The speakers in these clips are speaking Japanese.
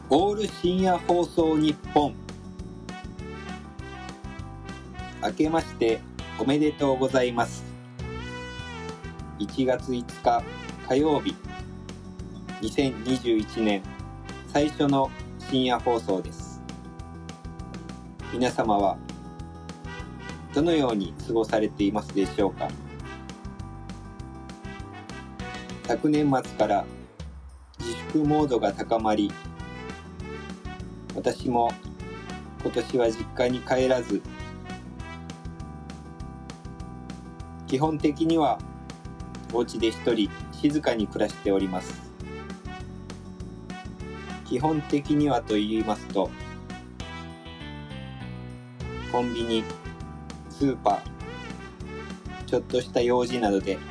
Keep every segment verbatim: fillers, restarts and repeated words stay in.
オール深夜放送日本、明けましておめでとうございます。いちがついつか火曜日、にせんにじゅういちねん最初の深夜放送です。皆様はどのように過ごされていますでしょうか。昨年末から自粛モードが高まり、私も今年は実家に帰らず、基本的にはお家で一人静かに暮らしております。基本的にはと言いますと、コンビニ、スーパー、ちょっとした用事などで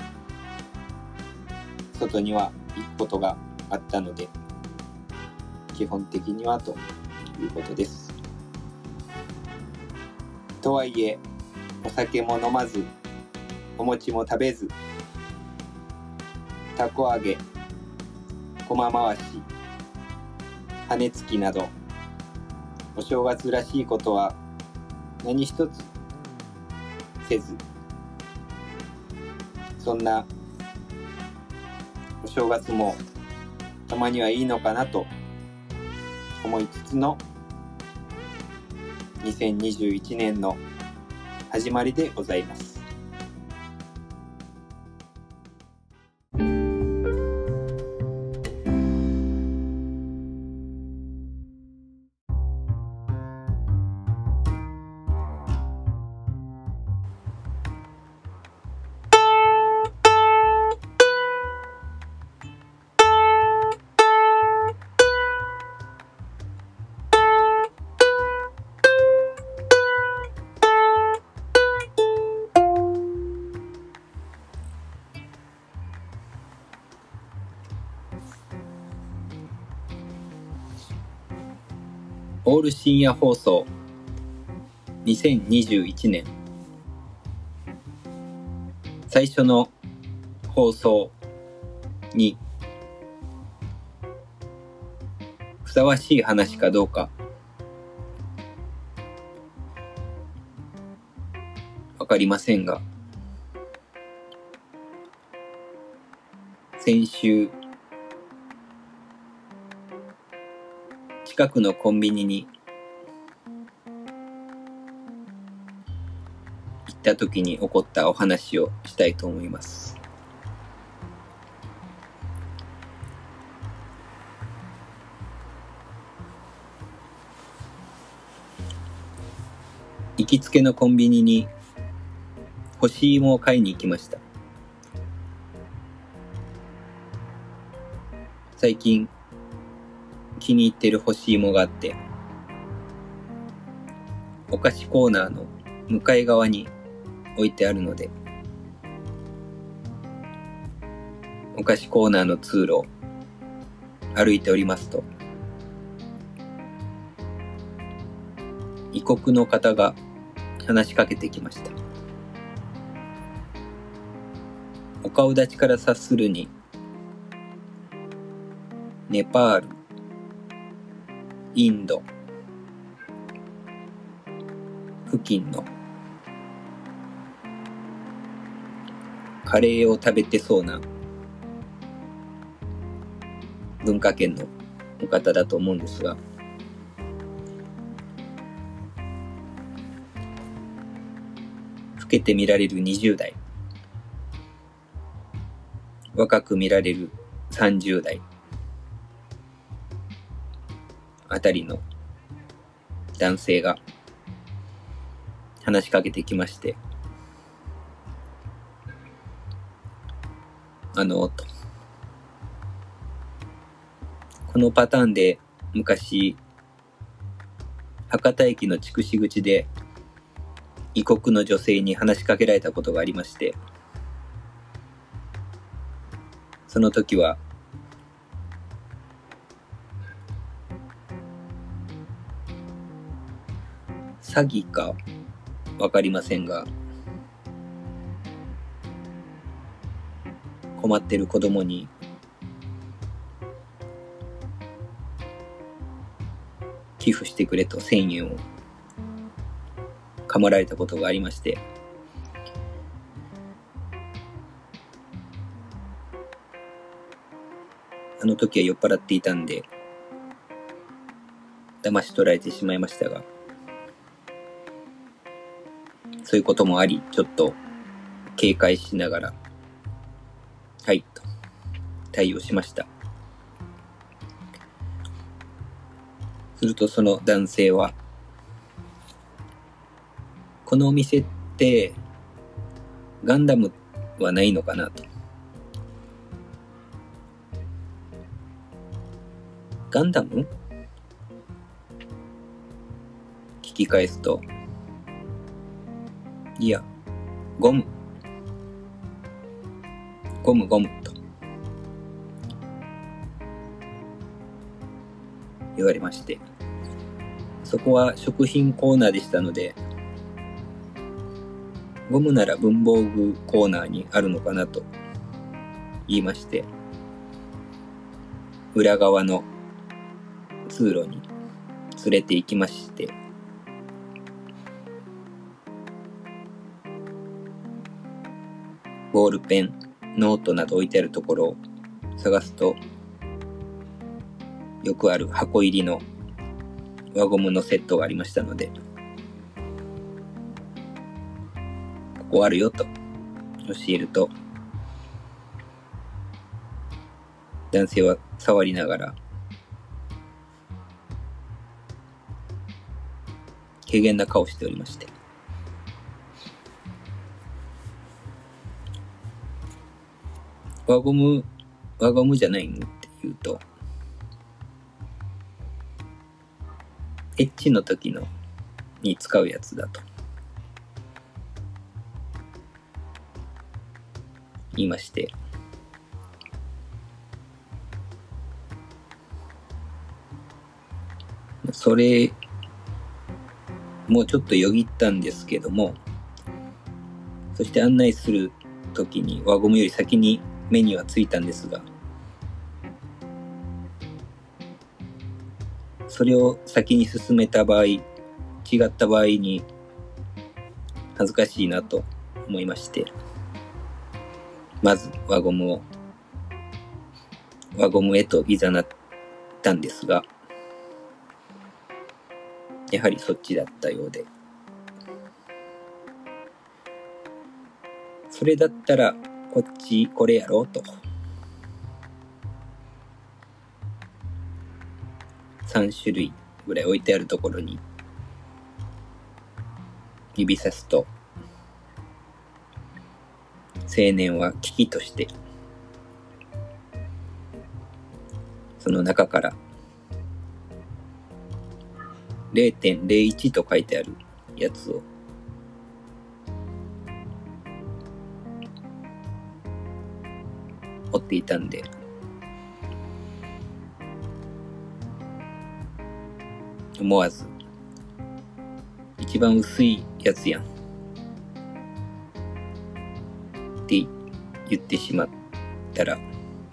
外には行くことがあったので、基本的にはということです。とはいえ、お酒も飲まず、お餅も食べず、たこ揚げ、こま回し、羽つきなど、お正月らしいことは何一つせず、そんなお正月もたまにはいいのかなと思いつつのにせんにじゅういちねんの始まりでございます。オール深夜放送にせんにじゅういちねん最初の放送にふさわしい話かどうかわかりませんが、先週近くのコンビニに行った時に起こったお話をしたいと思います。行きつけのコンビニに干し芋を買いに行きました。最近気に入ってる干し芋があって、お菓子コーナーの向かい側に置いてあるので、お菓子コーナーの通路を歩いておりますと、異国の方が話しかけてきました。お顔立ちから察するに、ネパール、インド付近のカレーを食べてそうな文化圏のお方だと思うんですが、老けて見られるにじゅうだい、若く見られるさんじゅうだいあたりの男性が話しかけてきまして、あのとこのパターンで昔博多駅の筑紫口で異国の女性に話しかけられたことがありまして、その時は詐欺かわかりませんが、困ってる子供に寄付してくれとせんえんをかもられたことがありまして、あの時は酔っ払っていたんで騙し取られてしまいましたが、そういうこともあり、ちょっと警戒しながらはいと対応しました。するとその男性は、このお店ってガンダムはないのかなと。ガンダム？聞き返すと、いや、ゴム。ゴムゴムと言われまして、そこは食品コーナーでしたので、ゴムなら文房具コーナーにあるのかなと言いまして、裏側の通路に連れて行きまして、ボールペン、ノートなど置いてあるところを探すと、よくある箱入りの輪ゴムのセットがありましたので、ここあるよと教えると、男性は触りながら軽減な顔をしておりまして、輪ゴム輪ゴムじゃないのって言うと、エッチの時のに使うやつだと言いまして、それもうちょっとよぎったんですけども、そして案内する時に輪ゴムより先に目にはついたんですが、それを先に進めた場合、違った場合に恥ずかしいなと思いまして、まず輪ゴムを輪ゴムへと誘ったんですが、やはりそっちだったようで、それだったらこっちこれやろうとさん種類ぐらい置いてあるところに指さすと、青年は機器としてその中から れいてんれいいち と書いてあるやつを持っていたんで、思わず一番薄いやつやんって言ってしまったら、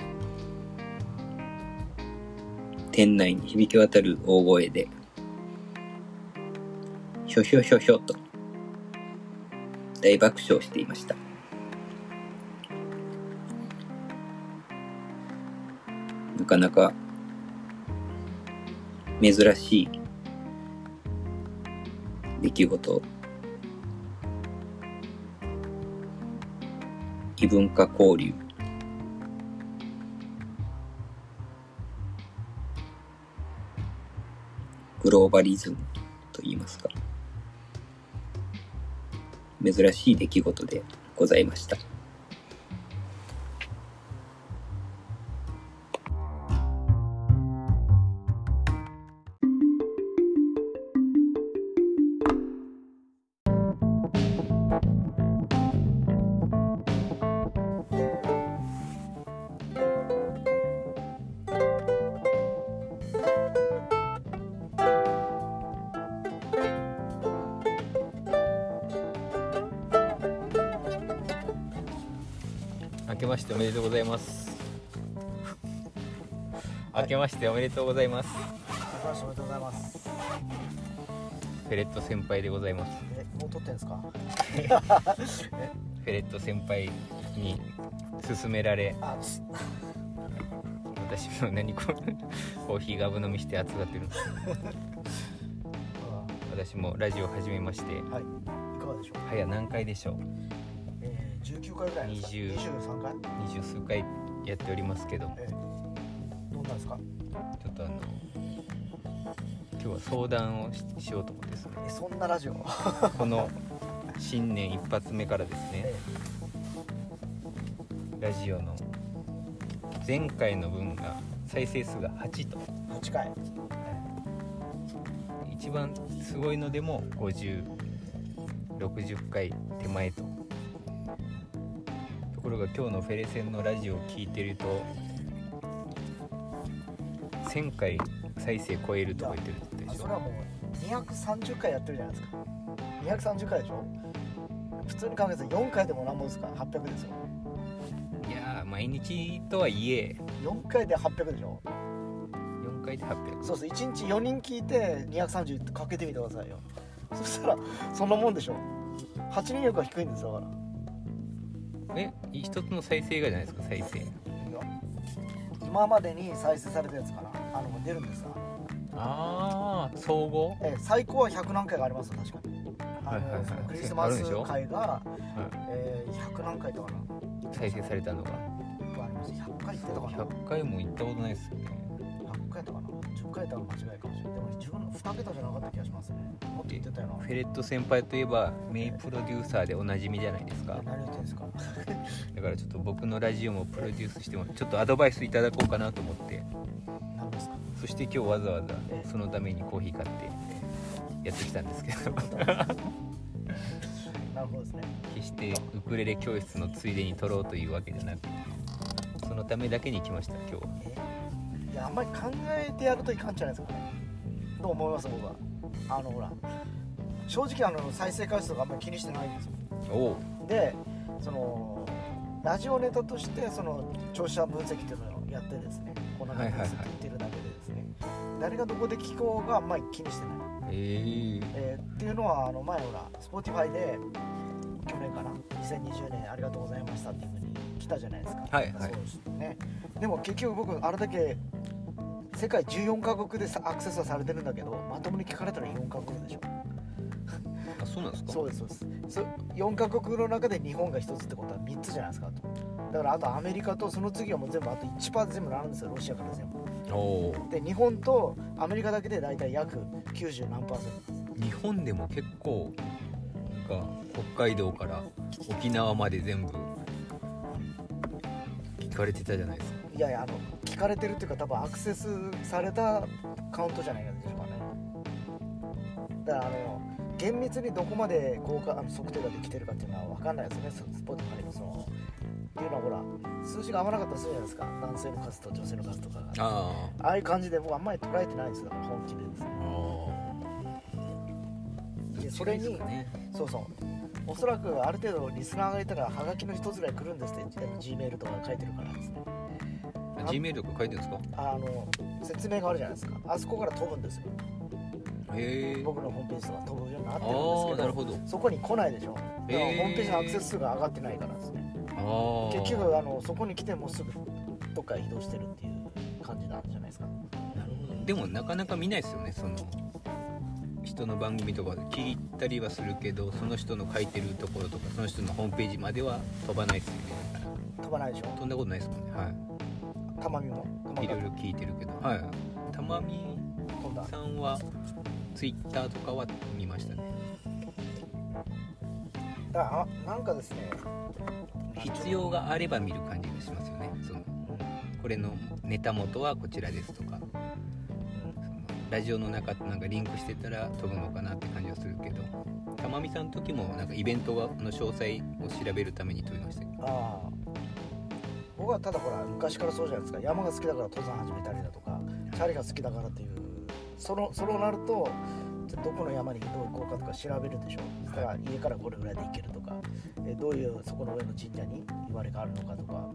店内に響き渡る大声でひょひょひょひょと大爆笑していました。なかなか珍しい出来事、異文化交流、グローバリズムといいますか、珍しい出来事でございました。 明けましておめでとうございます。明けましておめでとうございます。 明けましておめでとうございます。 フェレット先輩でございます。 え、もう撮ってんですか？ フェレット先輩に勧められ、 あ、す私も何これコーヒーガブ飲みして熱がってるんです。私もラジオ始めまして、 はい、いかがでしょう？ 早何回でしょう。 えー、じゅうきゅうかいぐらいですか？ にじゅうにじゅうさんかい？ 二十数回やっておりますけど、 えー、どんなんですか？ ちょっとあの今日は相談を し, しようと思ってですね、 え、そんなラジオこの新年一発目からですね、 えラジオの前回の分が再生数がはちと、 ー、はちかい、 一番すごいのでもごじゅう、ろくじゅっかい手前と。ところが今日のフェレセンのラジオを聞いてるとせんかい再生超えるとか言ってるって言ったでしょ。 それはもうにひゃくさんじゅっかいやってるじゃないですか。にひゃくさんじゅっかいでしょ。普通に考えたらよんかいでもなんぼですか？はっぴゃくですよ。 いやー毎日とはいえよんかいではっぴゃくでしょ。 よんかいではっぴゃく。 そうです。いちにちよにん聞いてにひゃくさんじゅうかけてみてくださいよ。そしたらそんなもんでしょ。はちにん力が低いんですよだから。 え、一つの再生がじゃないですか、再生。 いや今までに再生されたやつかな、あの出るんですが、 ああ、総合。 え最高はひゃくなんかいがありますよ確かに。あの、 はいはいはいそのクリスマスあるんでしょ会が、 はえー、ひゃくなんかいとかな、 い、再生されたのがあります。ひゃっかいってたかな。 ひゃっかいも行ったことないですよね。 ひゃっかいとかな、じゅっかいとか間違いかもしれない。でも自分のに桁じゃなかった気がしますね。もっと言ってたよな。 フェレット先輩といえばメインプロデューサーでおなじみじゃないですか。 何言ってんですか？ だからちょっと僕のラジオもプロデュースしてもちょっとアドバイスいただこうかなと思って、 何ですか？ そして今日わざわざそのためにコーヒー買ってやってきたんですけどなるほどですね。 決してウクレレ教室のついでに取ろうというわけじゃなく、そのためだけに来ました今日は。 いや、あんまり考えてやるといかんじゃないですかね。どう思います僕は。あのほら、正直あの再生回数とかあんまり気にしてないんですよ。 おう。 で、そのラジオネタとしてその聴取者分析っていうのをやってですね、こんな感じですって言ってるだけでですね、誰がどこで聞こうがあんまり気にしてない。 えー、 えー、っていうのはあの前ほら Spotify で去年かなにせんにじゅうねんありがとうございましたっていう風に来たじゃないですか。 はいはい。 そうですね。でも結局僕あれだけ世界じゅうよんカ国でアクセスはされてるんだけど、まともに聞かれたらよんカ国でしょ。 あ、そうなんですか。 そうですそうです。そよんカ国の中で日本がひとつってことはみっつじゃないですかと。だからあとアメリカとその次はもう全部あと いちパーセント 全部並んですよ、ロシアから全部。 おで日本とアメリカだけでだいたい約きゅうじゅうなんパーセントです。 日本でも結構が北海道から沖縄まで全部聞かれてたじゃないですか。 いやいや、あの聞かれてるっていうか多分アクセスされたカウントじゃないでしょうかね。だからあの厳密にどこまで効果あの測定ができてるかっていうのは分かんないですね。スポティファイのそのっていうのはほら数字が合わなかったりするじゃないですか、男性の数と女性の数とかが。 あああいう感じで僕あんまり捉えてないんですよ、だから本気でですね。 あ。 でそれに、 ね、 そうそう、おそらくある程度リスナーがいたらハガキの一つぐらい来るんですって G メールとか書いてるからですね。 G メールとか書いてるんですか。 あの説明があるじゃないですか、あそこから飛ぶんですよ。 へえ。 僕のホームページとか飛ぶようになってるんですけあど、 あ、なるほど。 そこに来ないでしょ。だからホへーームページのアクセス数が上がってないからですね。 ああ。 結局あのそこに来てもすぐどっか移動してるっていう感じなんじゃないですか。 なるほど。でもなかなか見ないですよね、その人の番組とか聞いたりはするけど、その人の書いてるところとかその人のホームページまでは飛ばないですよね。 飛ばないでしょ。 飛んだことないですもんね。はたまみもい。いろいろ聞いてるけど、はい。たまみ飛んだ。 さんはツイッターとかは見ましたね。 だからあなんかですね、 必要があれば見る感じがしますよね。そのこれのネタ元はこちらですとか、そのラジオの中となんかリンクしてたら飛ぶのかなって感じはするけど、たまみさんの時もなんかイベントの詳細を調べるために飛びましたけど。 ああ、僕はただほら昔からそうじゃないですか、山が好きだから登山始めたりだとか、チャリが好きだからっていう、そのそれをなるとどこの山にどう行こうかとか調べるでしょ。そしたら家からこれぐらいで行けるとか、えどういうそこの上の神社に言われがあるのかとか、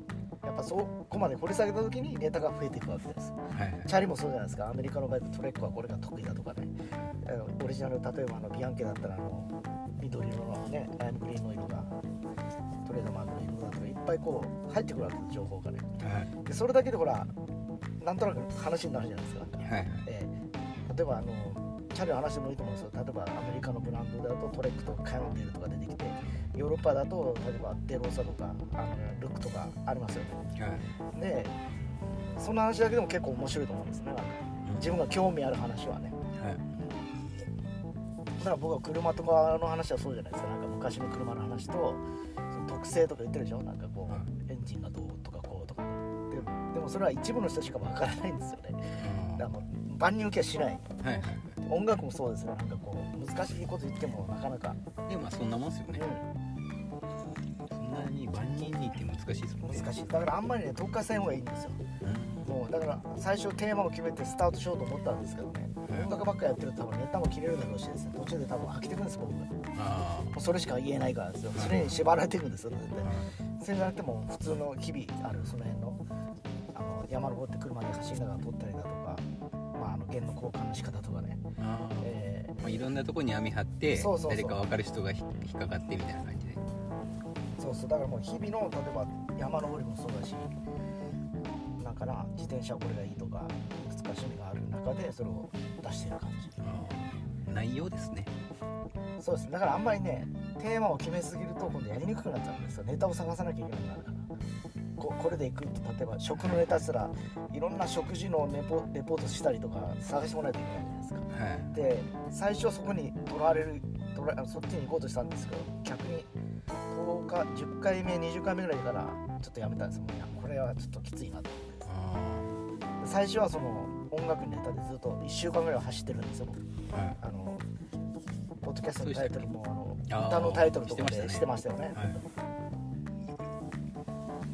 やっぱそこまで掘り下げた時にネタが増えていくわけです。 はいはい、 チャリもそうじゃないですか。アメリカのバイクトレックはこれが得意だとかね、オリジナル例えばあのビアンケだったらあの緑色のねライムグリーンの色がトレードマークの色だとかいっぱいこう入ってくるわけです、情報がね、はい、でそれだけでほらなんとなく話になるじゃないですか、はいはい、えー、例えばあのチャリの話でもいいと思うんですよ。例えばアメリカのブランドだとトレックとかカノンデールとか出てきて、ヨーロッパだと例えばデローサとかあのルックとかありますよね、はい、でその話だけでも結構面白いと思うんですね。なんか自分が興味ある話はね、はい、だから僕は車とかの話はそうじゃないですか。なんか昔の車の話とその特性とか言ってるでしょ。なんかこう、うん、エンジンがどうとかこうとか、ね、で, でもそれは一部の人しかわからないんですよね。だから万人受けはしない、はいはい、音楽もそうですね。なんかこう難しいこと言ってもなかなかでもまあそんなもんですよね、うん、そんなに万人にって難しいですもんね。 難しい。だからあんまりね特化せん方がいいんですよ、うん、もうだから最初テーマを決めてスタートしようと思ったんですけどね、うん、音楽ばっかやってると多分ネタも切れるだろうしですね、途中で多分飽きてくるんです僕が。あもうそれしか言えないからですよ。それに縛られてるんですよ、全然。それじゃなくても普通の日々あるその辺の、あの山登って車で走りながら撮ったりだとか、まあ、あの弦の交換の仕方とかね、 あ、えーまあ、いろんなところに網張ってそうそうそう誰か分かる人が引っかかってみたいな感じで。 そうそう、だからもう日々の例えば山登りもそうだし、なんかな自転車これがいいとかいくつか趣味がある中でそれを出してる感じ。 あ、内容ですね。 そうです。だからあんまりねテーマを決めすぎると今度やりにくくなっちゃうんですよ。ネタを探さなきゃいけなくなるから。こ, これでいくと例えば食のネタしたらいろんな食事のレ ポ, レポートしたりとか探してもらえないといけないじゃないですか、はい、で最初そこにとらわれるとらそっちに行こうとしたんですけど、逆にとおかじゅっかいめにじゅっかいめぐらいからちょっとやめたんですよ。もういやこれはちょっときついなと思って、最初はその音楽ネタでずっといっしゅうかんぐらいは走ってるんですよ僕、はい、あのポッドキャストのタイトルもあの歌のタイトルとかでしてましたよね、はい、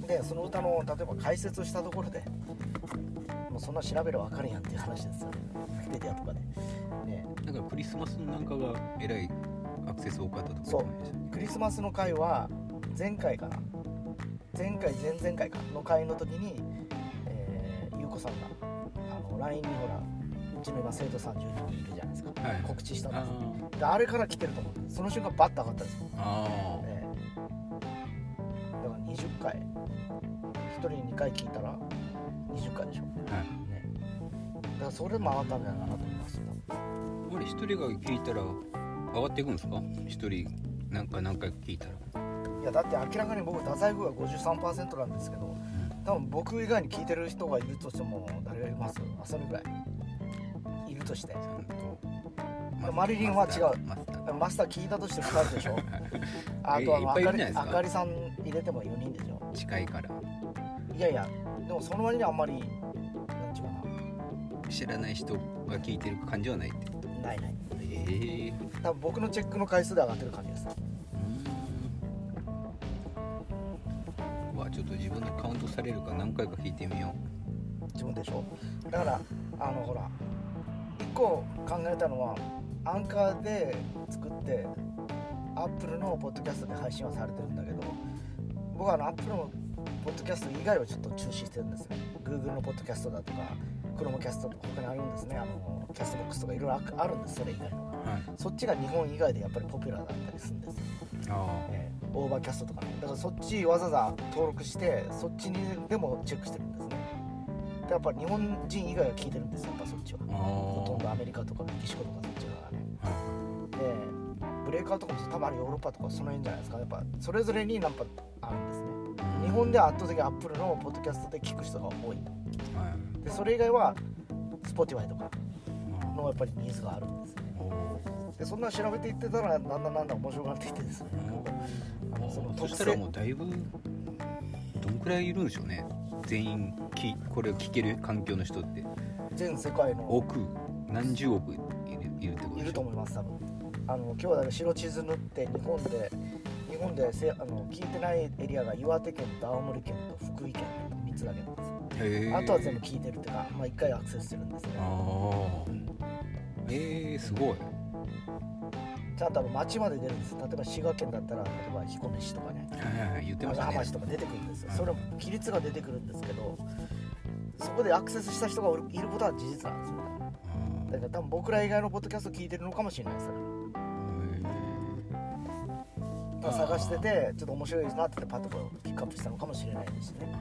でその歌の例えば解説をしたところでもうそんな調べれば分かるやんっていう話ですよね、ウィキペディアとかで、ね、 なんかクリスマスなんかがえらいアクセス多かったとか。 そうクリスマスの回は前回かな前回前々回かの回の時に、えー、ゆうこさんがあの ライン にほらうちの今生徒さんじゅうにんいるじゃないですか、はい、告知したんです。であれから来てると思って、その瞬間バッと上がったんですよ。あ、えー、だからにじゅっかいひとりににかい聞いたらにじゅっかいでしょ、はいね、だからそれも上がったんじゃないかなと思いますよ。 これひとりが聞いたら上がっていくんですか？ひとりなんか何回聞いたら。 いやだって明らかに僕太宰府が ごじゅうさんパーセント なんですけど、うん、多分僕以外に聞いてる人がいるとしても誰がいます？浅見ぐらいいるとして、マリリンは違う。マスター、マスター聞いたとしてふたりでしょあとはあかり、あかりさん入れてもよにんでしょ。 近いから。 いやいやでもその割にあんまりなんちゅうかな、 知らない人が聞いてる感じはないって。 ないない。 えー、 多分僕のチェックの回数で上がってる感じです。 うわ、ちょっと自分でカウントされるか何回か聞いてみよう。自分でしょ。だからあのほら一個考えたのはアンカーで作ってアップルのポッドキャストで配信はされてるんだけど、僕はあのアップルのポッドキャスト以外はちょっと中止してるんですね。 Google のポッドキャストだとかクロームキャストとか他にあるんですね。あのキャストボックスとかいろいろあるんです。それ以外の、はい、そっちが日本以外でやっぱりポピュラーだったりするんですよ。あ、えー、オーバーキャストとかね。だからそっちわざわざ登録してそっちにでもチェックしてるんですね。でやっぱり日本人以外は聞いてるんですよ。やっぱそっちはほとんどアメリカとかメキシコとかそっち側がね、はい、でブレイカーとかも多分あれヨーロッパとかその辺じゃないですか。やっぱそれぞれになんかあるんですね。日本では圧倒的にアップルのポッドキャストで聞く人が多い、はい、でそれ以外は Spotify とかのやっぱりニーズがあるんですね。でそんな調べていってたらだんだんだんだん面白くなっていってですね、あのそのそしたらもうだいぶどんくらいいるんでしょうね。全員きこれを聞ける環境の人って全世界の億何十億いる、いるってことでしょ。 いると思います。多分あの今日はだけ白地図塗って日本で日本でせあの聞いてないエリアが岩手県と青森県と福井県とみっつだけなんですよ。あとは全部聞いてるっていうか、まあ、いっかいアクセスしてるんですね。あ、うん、 えー、すごい。 ちちゃんとあの町まで出るんです。例えば滋賀県だったら例えば彦根市とかね、 はいはいはい、言ってましたね。 長浜市とか出てくるんですよ。 はいそれも比率が出てくるんですけど、そこでアクセスした人がいることは事実なんですよ。だから多分僕ら以外のポッドキャスト聞いてるのかもしれないですから。まあ、探しててちょっと面白いですなって言ってパッとこうピックアップしたのかもしれないですね。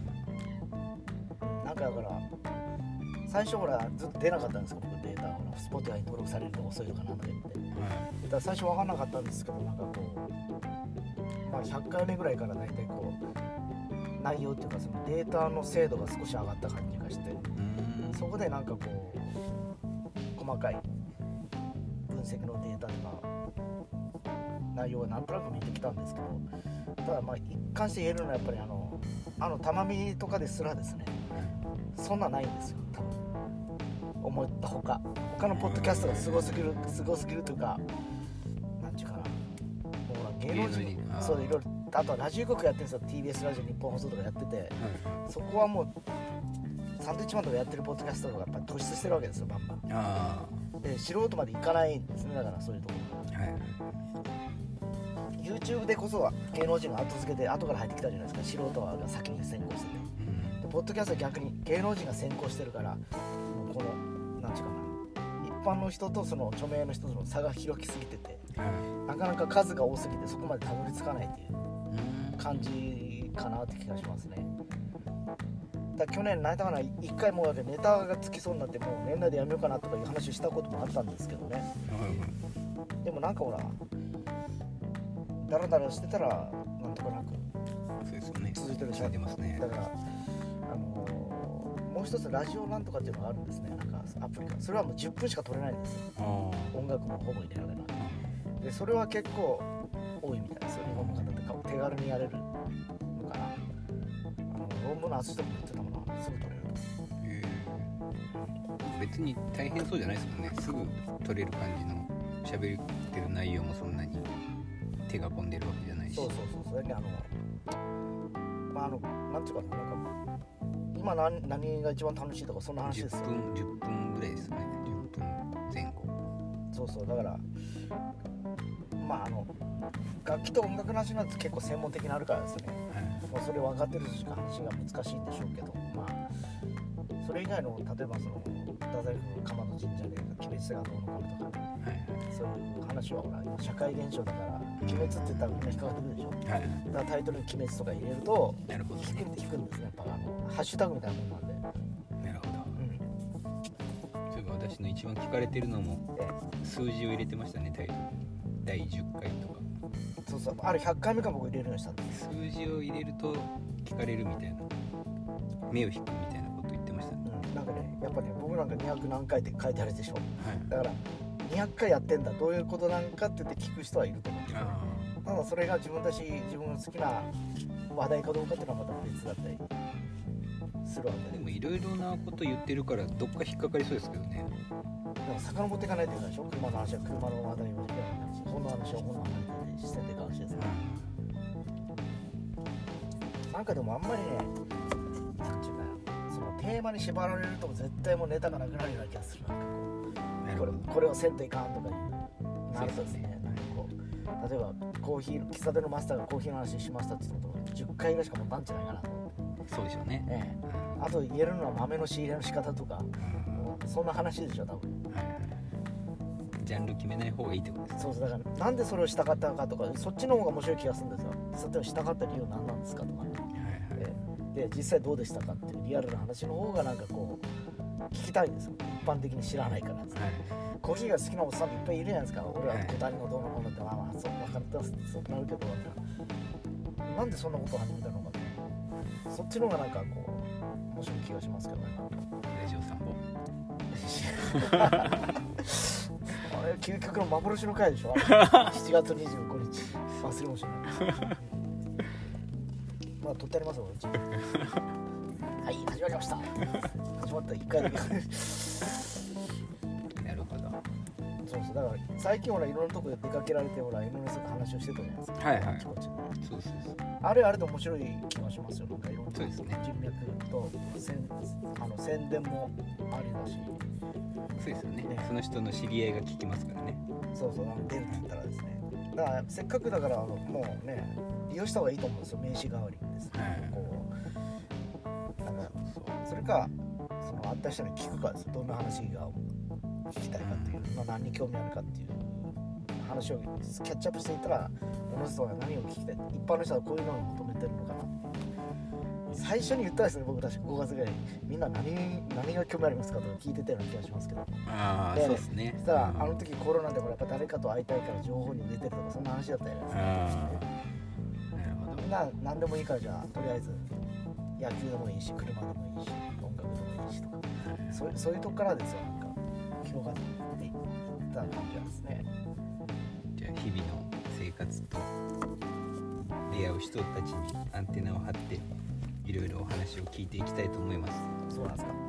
なんかだから最初ほらずっと出なかったんですけど、僕データを Spotify に登録されると遅いとかなんて言って、だから最初分かんなかったんですけど、なんかこう、まあ、ひゃっかいめぐらいから大体こう内容っていうかそのデータの精度が少し上がった感じがして、そこでなんかこう細かい分析のデータとか内容がなんとなく見てきたんですけど、ただまあ一貫して言えるのはやっぱりあのあの玉見とかですらですね、そんなないんですよ多分思ったほか他のポッドキャストがすごすぎるすごすぎるというか、なんていうかな、もうほら芸能人そうでいろいろ、あとはラジオ局やってるんですよ。 ティービーエス ラジオ日本放送とかやってて、はい、そこはもうサンドイッチマンとかやってるポッドキャストがやっぱり突出してるわけですよ、バンバン。あで素人までいかないんですね、だからそういうところ、はい、YouTube でこそは芸能人が後付けで後から入ってきたじゃないですか。素人が先に先行してて、うん、でポッドキャストは逆に芸能人が先行してるから、もうこのなんていうかな、一般の人とその著名の人との差が広きすぎてて、うん、なかなか数が多すぎてそこまでたどり着かないっていう感じかなって気がしますね。だ去年泣いたかな、一回もうネタがつきそうになってもう年内でやめようかなとかいう話したこともあったんですけどね、うん、でもなんかほらダラダラしてたらなんとかなく続いてるし、ね、だから、あのー、もう一つラジオなんとかっていうのがあるんですね、なんかアプリが。それはもうじゅっぷんしか撮れないんですよ、音楽もほぼ入れられないで、それは結構多いみたいですよ、日本の方って手軽にやれるのかな。あの論文の厚いとこも言ってたものはすぐ撮れると、えー、別に大変そうじゃないですもんね。すぐ撮れる感じの喋ってる内容もそんなに手が込んでるわけじゃないし。 そうそうそう、それであのまああのなんていうかな、なんか今 何, 何が一番楽しいとかそんな話ですよ。 じゅっぷんじゅっぷんぐらいですね。じゅっぷんぜん後。 そうそう、だからまああの楽器と音楽の話なんて結構専門的になるからですね、はい、もうそれ分かってる人しか話が難しいんでしょうけど、まあそれ以外の例えばその太宰府鎌の神社で鬼滅がどうのこうのとか、はい、そういう話はほら今社会現象だから鬼滅って言ったらみんな引っかかってくるでしょ、はい、だからタイトルに鬼滅とか入れるとなるほど、ね、 引く引くんですね、やっぱあのハッシュタグみたいなもんなんで。 なるほど、うん、そういえば私の一番聞かれてるのも数字を入れてましたね、タイトルだいじゅっかいとか。 そうそう、あれひゃっかいめか僕入れるようにしたんです。 数字を入れると聞かれるみたいな、目を引くみたいなこと言ってましたね、 うん、なんかね、やっぱね僕なんかにひゃくなんかいって書いてあるでしょ、はい、だからにひゃっかいやってんだ、どういうことなんかって言って聞く人はいると思うんですよね。ただそれが自分たち自分の好きな話題かどうかっていうのはまた別だったりするわけで。 でもいろいろなこと言ってるからどっか引っかかりそうですけどね。 でも遡っていかないといけないでしょ。車の話は車の話題を本の話は本の話で視線でいく話ですね、うん、なんかでもあんまりね、なんていうかそのテーマに縛られると絶対もうネタがなくなるような気がする。なんかこうこれこれをせんといかんとかいうなるとですね、なんかこう例えばコーヒー喫茶店のマスターがコーヒーの話しましたって言うとじゅっかいぐらいしか持たんじゃないかなと。 そうでしょうね、ええ、 あと言えるのは豆の仕入れの仕方とか、うん、そんな話でしょ多分、はい、 ジャンル決めない方がいいってことです。 そうそう、だからなんでそれをしたかったのかとかそっちの方が面白い気がするんですよ。例えばしたかった理由何なんですかとか、ね、はいはい、で, で実際どうでしたかっていうリアルな話の方がなんかこう聞きたいんですよ、一般的に知らないからですね、はい、コーヒーが好きなおっさんっていっぱいいるじゃないですか。俺は小谷のどうのこうのってまあまあそう分かったそうなるけど、なんでそんなことを始めたのかとか、そっちの方がなんかこう面白い気がしますけどね。 ラジオ散歩あれ究極の幻の回でしょしちがつにじゅうごにち忘れもしないまあ撮ってありますようちはい始まりました始まったいっかいだけなるほど。 そうそう、だかだから最近ほらいろんなとこで出かけられてほら エムエヌエス が話をしてたじゃないですか。 はいはいあちこちでそうそうそうあれあれで面白い気がしますよ。なんかいろんなそうですね人脈と宣あの宣伝もありだし、 そうですよねねその人の知り合いが聞きますからね。 そうそうあの出るって言ったらですね。だからせっかくだからもうね利用した方がいいと思うんですよ。名刺代わりにですね。 はいこうなんかそれかその会った人に聞くかですよ。どんな話が聞きたいかっていう、まあ、何に興味あるかっていう話をキャッチアップしていったらこの人は何を聞きたい、一般の人はこういうのを求めてるのかな。最初に言ったんですね、僕たちごがつぐらいにみんな 何, 何が興味ありますかとか聞いてたような気がしますけど、 ああでそうですね。 そしたら、 うんあの時コロナでほらやっぱ誰かと会いたいから情報に売れてるとかそんな話だったじゃないですか。 ああなるほど。 みんな何でもいいからじゃあとりあえず野球でもいいし車でもいいし音楽でもいいしとか、そうそういうとこからですよ。なんか広がっていった感じなんですね。 じゃあ日々の生活と出会う人たちにアンテナを張っていろいろお話を聞いていきたいと思います。 そうなんですか。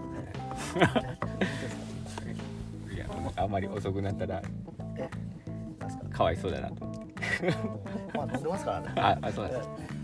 いやあまり遅くなったらえ、なんですか。 かわいそうだなと思って。 まあ飲んでますからね。 ああそうなんです。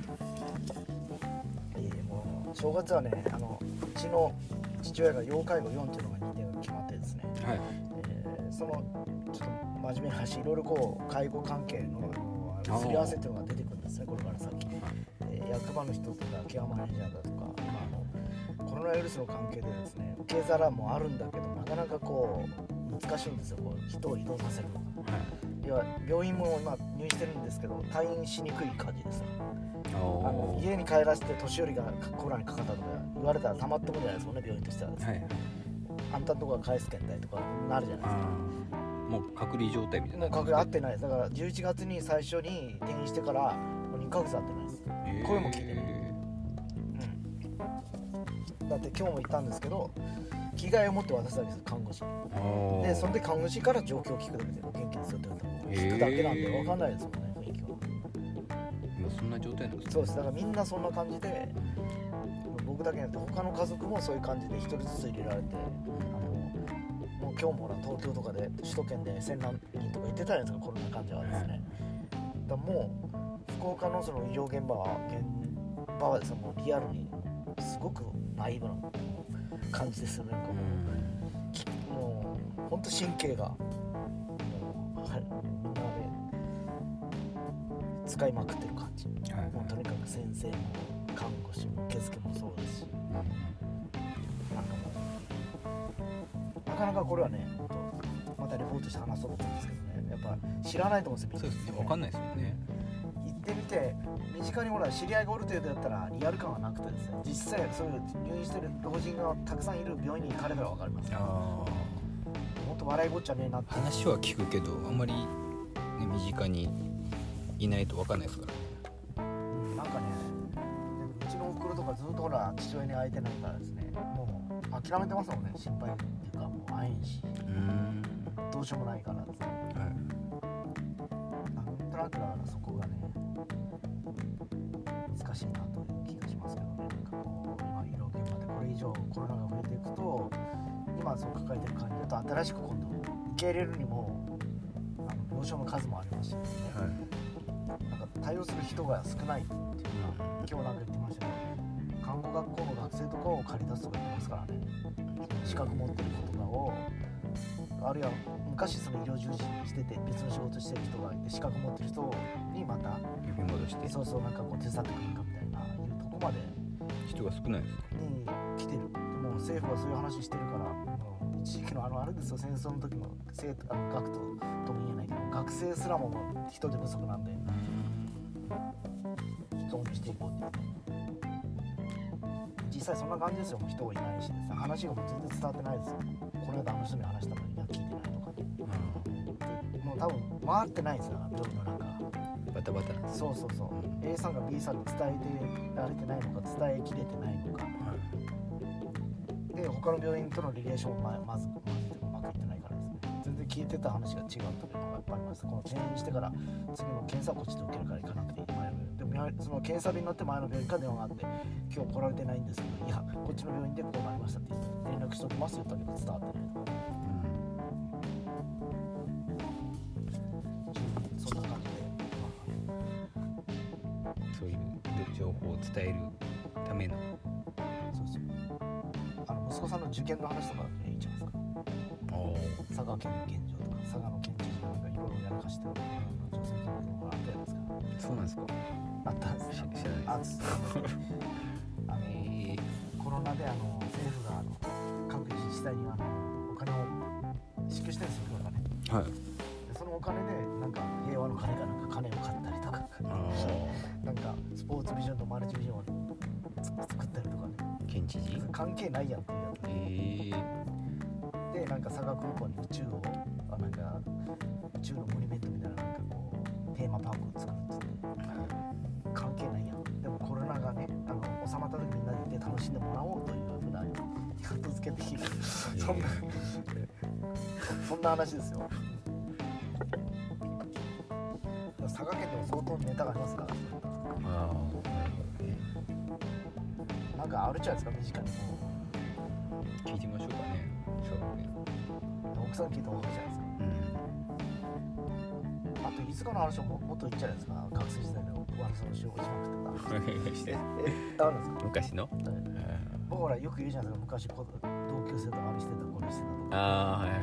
いいもう正月はね、あのうちの父親が要介護よんっていうのが認定が決まってですね、 はいえー、そのちょっと真面目な話、いろいろこう介護関係のあのすり合わせっていうのが出てくるんですね、これから先。えー、役場の人とかケアマネージャーだとか、今あのコロナウイルスの関係でですね、受け皿もあるんだけどなかなかこう難しいんですよ、こう人を移動させるのが。いや病院も今入院してるんですけど退院しにくい感じです。あの家に帰らせて年寄りがコロナにかかったとか言われたらたまってもんじゃないですもんね、病院としてはですね、はい、あんたのとこが返す検体とかなるじゃないですか。 もう隔離状態みたいな。 もう隔離合ってないです。だからじゅういちがつに最初に転院してからもうにかげつ会ってないです、えー、声も聞いてない、うん、だって今日も言ったんですけど着替えを持って渡すだけです、看護師に。でそれで看護師から状況を聞くだけでお元気ですよって言われたら聞くだけなんで分かんないですもんね、雰囲気は。 今そんな状態なんですか。 そうです。だからみんなそんな感じで、僕だけじゃなくて他の家族もそういう感じで一人ずつ入れられて、あのもう今日もほら東京とかで首都圏でせん何人とか言ってたじゃないですか、コロナ患者はですね。だからもう福岡のその医療現場は現場はですね、もうリアルにすごくナイーブな感じですよね。なんかもう、もう本当神経がもう、はい、みんなで使いまくってる感じ、はい、もうとにかく先生も看護師も受付もそうですし、うん、なんかもうなかなかこれはね、またレポートして話そうと思うんですけどね、やっぱ知らないと思うんですよ。 そうですね、分かんないですよね。 行ってみて身近にほら知り合いがおる程度だったらリアル感はなくてですね、実際そういう入院してる老人がたくさんいる病院に行かれたら分かります、ね、あもっと笑いごっちゃねえなって話は聞くけどあんまり、ね、身近にいないと分かんないですから、 うん、なんかね、うちのおふくろとかずっとほら父親に会えてないからですね、もう諦めてますもんね、心配っていうかもう会えんし、うーんどうしようもないからですね、はい、なんとなくだからそこがね難しいなという気がしますけどね。なんかこう今医療現場でこれ以上コロナが増えていくと、今そう抱えてる感じだと新しく今度受け入れるにもあの病床の数もありますしですね、はい、なんか対応する人が少ないっていうか、今日なんか言ってましたけど、看護学校の学生とかを借り出すとか言ってますからね、資格持ってる子とかを、あるいは昔その医療従事してて別の仕事してる人がいて資格持ってる人にまた呼び戻して、 そうそうなんかこう手伝ってくれるかみたいないうとこまで人が少ないですかに来てる。もう政府はそういう話してるから、もう一時期のあのあれですよ、戦争の時も生徒あの学徒とも言えないけど学生すらも人手不足なんで人にしていこうっていうね、実際そんな感じですよ。もう人がいないしですね、話がもう全然伝わってないですよ。この間あの人に話したのにいや聞いてないとか、うん、もう多分回ってないですよ、病院の中バタバタ。 そうそうそう、うん、A さんが B さんに伝えてられてないのか伝えきれてないのか、うん、で他の病院とのリレーションもままずまずうまくいってないからですね、全然聞いてた話が違うというのがやっぱあります。この転院してから次の検査はこっちで受けるから行かなくていい、前の病院でもその検査日になって前の病院から電話があって、今日来られてないんですけど、いやこっちの病院でこうなりましたって連絡しておきますって言ったけど伝わってないとか、うん、 そういう情報を伝えるための。 そうそう、あの息子さんの受験の話とかね、いいじゃないですか。佐賀県の現状とか、佐賀の県知事がなんかいろいろやらかしてる女性議員のがあったじゃないですか。 そうなんですか。 あったんですよ。 知らないです。 あのえー、 コロナであの政府があの各自治体にあのお金を支給してるんですよ、お金。 はい。 でそのお金でなんか平和の鐘かなんか鐘を買ったりとか、なんかスポーツビジョンとマルチビジョンを作ったりとかね。 県知事？ 関係ないやんっていうやつ。 えー、でなんか佐賀空港に宇宙をあなんか宇宙のモニュメントみたいななんかこうテーマパークを作るって言って、関係ないやん。でもコロナがねあの収まった時みんなでいて楽しんでもらおうというふうな後付け的にそんなそんな話ですよ。佐賀県でも相当ネタがありますから。 ああ、なるほどね。 なんかあるじゃないですか、身近にも。 聞いてみましょうかね。そうね。 奥さん聞いた方がいいじゃないですか。うん。あと飯塚の話ももっと言っちゃないですか。学生時代の悪さの詩を落ちまくってた。ええあるんですか。 昔の？はい、 僕ほらよく言うじゃないですか。昔同級生とあれしてたこれしてたとか。 ああはいはい。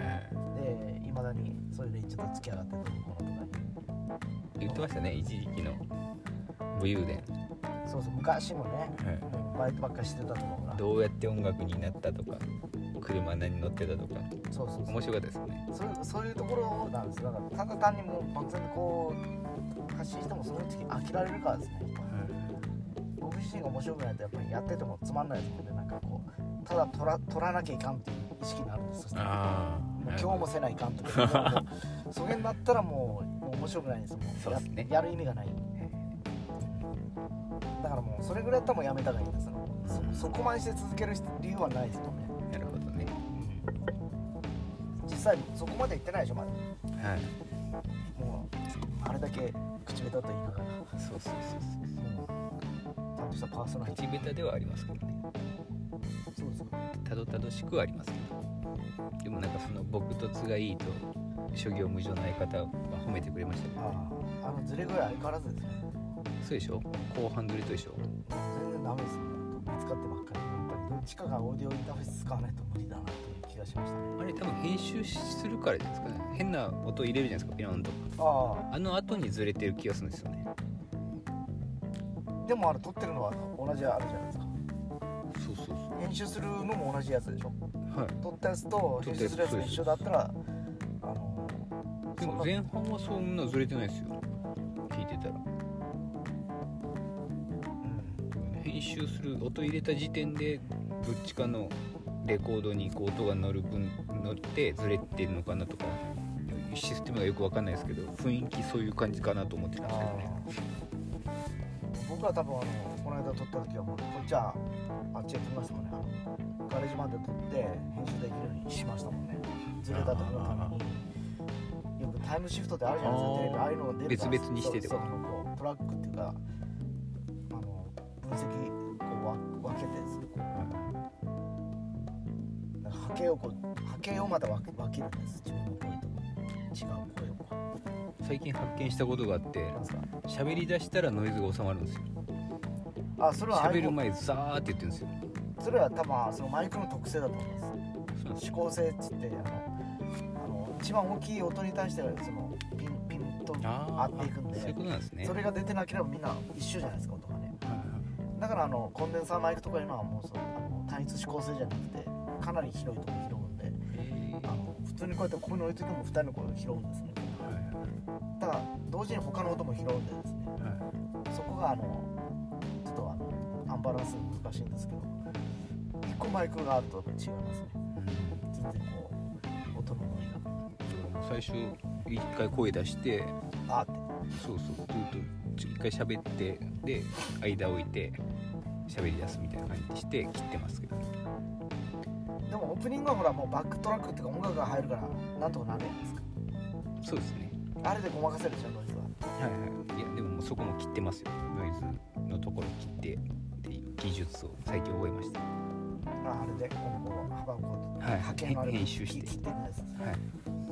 でいまだにそういう連中と付き合ってたものとかに。 言ってましたね、一時期の武勇伝。 そうそう昔もね、 はい、 バイトばっかりしてたところがどうやって音楽になったとか、車何乗ってたとか、 そうそうそう面白かったですね。 そういうそういうところなんです。だからただ単にもう漠然とこう発信してもそのうち飽きられるからですね。僕自身が面白くないとやっぱりやっててもつまんないですもんね。なんかこうただ取ら取らなきゃいかんっていう意識になるんです。そしたらあもう今日もせないかんとかそれになったらもう、もう面白くないんですもん。 そうですね、 や, やる意味がない。だからもうそれぐらいだったらもうやめた方がいいんです。そ, そこまでして続ける理由はないですもんね。 なるほどね。 実際そこまで言ってないでしょまだ。 はい。 もうあれだけ口下手と言いながら。 そうそうそうそう。 ちゃんとしたパーソナリティ。 口下手ではありますけどね。 そうですか。 たどたどしくはありますけど。でもなんかその僕とつがいいと諸行無常の相方は褒めてくれましたけど、ね。 ああ、あのズレぐらい相変わらずですね。 そうでしょ。後半ズレとでしょ。 全然ダメですよ。見つかってばっかり。やっぱりどっちかがオーディオインターフェース使わないと無理だなという気がしましたね。 あれ多分編集するからじゃないですかね。変な音入れるじゃないですか、ピロンと。 ああ。 あの後にずれてる気がするんですよね。 でもあれ撮ってるのは同じあるじゃないですか。 そうそうそう。 編集するのも同じやつでしょ。 はい。 撮ったやつと編集するやつが一緒だったら、あのー、 でも前半はそんなずれてないですよ。聞いてたら。編集する音入れた時点でどっちかのレコードにこう音が乗る分乗ってずれてるのかなとかシステムがよくわかんないですけど雰囲気そういう感じかなと思ってたんですけどね。 僕は多分あのこの間撮った時はもうこっちはあっちへ撮りますもんね。あのガレージバンドで撮って編集できるようにしましたもんね。ずれた時のためによくタイムシフトってあるじゃないですか。テレビああいうのが出るから別々にしててそうそうこうトラックっていうかあの分析こう分けてですね。波形をこう波形をまた分け分けるんです。自分の声と違う声を最近発見したことがあって喋り出したらノイズが収まるんですよ。 あ、それは喋る前ザーって言ってるんですよ。 それは多分そのマイクの特性だと思います。指向性っつってあのあの一番大きい音に対してはそのピンピンと合っていくんで、 そういうことなんですね。 それが出てなければみんな一緒じゃないですか音がね。だからあのコンデンサーマイクとかいうのはもうそのあの単一指向性じゃなくてかなり広いところ拾うんで、あの普通にこうやってここに置いててもふたりの声を拾うんですね。ただ同時に他の音も拾うんでですね、そこがあのちょっとあのアンバランス難しいんですけど、いっこマイクがあると違いますね。全然こう音のノリが最初一回声出してあってそうそうずっと一回喋ってで間置いて喋り出すみたいな感じにして切ってますけど。 でもオープニングはほらもうバックトラックっていうか音楽が入るからなんとかなるじゃないですか。 そうですね。 あれでごまかせるでしょノイズは。 はいはい。いやでももうそこも切ってますよ。ノイズのところ切ってっていう技術を最近覚えました。 あ, あれでこう幅をこう、 はい、 波形のあれ編集して切っていくやつですね。 はい。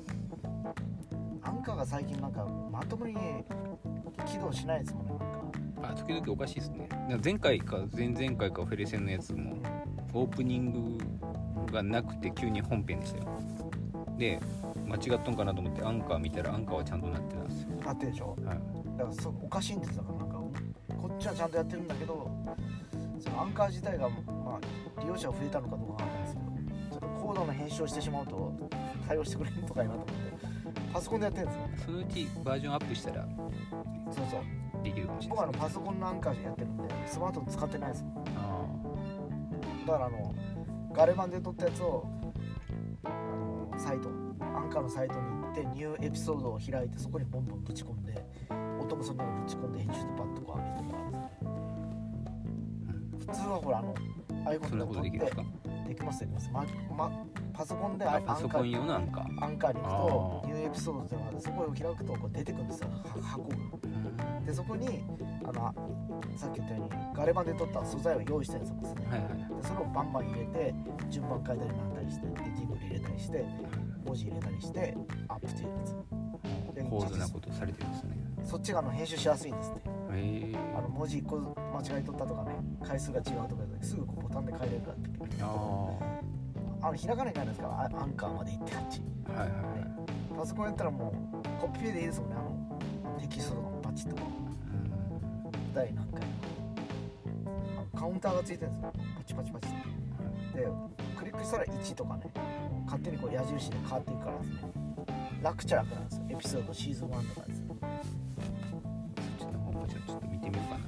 アンカーが最近なんかまともに起動しないですもんね。なんかあ時々おかしいですね。なんか前回か前々回かフェレセンのやつもオープニングがなくて急に本編でしたよ。で間違っとんかなと思ってアンカー見たらアンカーはちゃんとなってたんですよ。 なってるでしょ、 はい、 だからそおかしいんですよ。だからなんかこっちはちゃんとやってるんだけど、そのアンカー自体が、まあ、利用者が増えたのかどうかわかんないですけど、ちょっと高度な編集をしてしまうと対応してくれるとかいなと思ってパソコンでやってるんですよ。 そのうちバージョンアップしたらそうそうできるかもしれ僕ないですね。 はあのパソコンのアンカーでやってるんでスマートフォン使ってないですもん。 あだからあのガレ版で撮ったやつをあのサイトアンカーのサイトに行ってニューエピソードを開いてそこにボンボンぶち込んで音もその中にぶち込んで編集でバッとこう上げてもらうんです。普通はほらあのああいうあ、そんなことできるんですか？ できますできます、まま、パソコンでアンカあパソコンー用のアンカー。 アンカーに行くとあーニューエピソードっていうのがあってそこを開くとこう出てくるんですよ、は箱が。でそこにあのさっき言ったようにガレ版で撮った素材を用意してるんですよ、 はいはいでそれをバンバン入れて順番変えたりなんだりしてでジングル入れたりして文字入れたりしてアップっていうやつで高度なことされてるんですね。 そっちがあの編集しやすいんですって。 へえあの文字いっこ間違い取ったとかね回数が違うとかですぐこうボタンで変えれるからってあああの開かないからですからアンカーまで行ってあっちはいはいはい、 パソコンやったらもうコピペでいいですもんね。あのテキストとかもバチッと第何回あのカウンターがついてるんですよ、パチパチパチってでクリックしたらいちとかね勝手にこう矢印で変わっていくからですね楽っちゃ楽なんですよ。エピソードシーズンワンとかですね。 そっちの方もじゃあちょっと見てみようかな。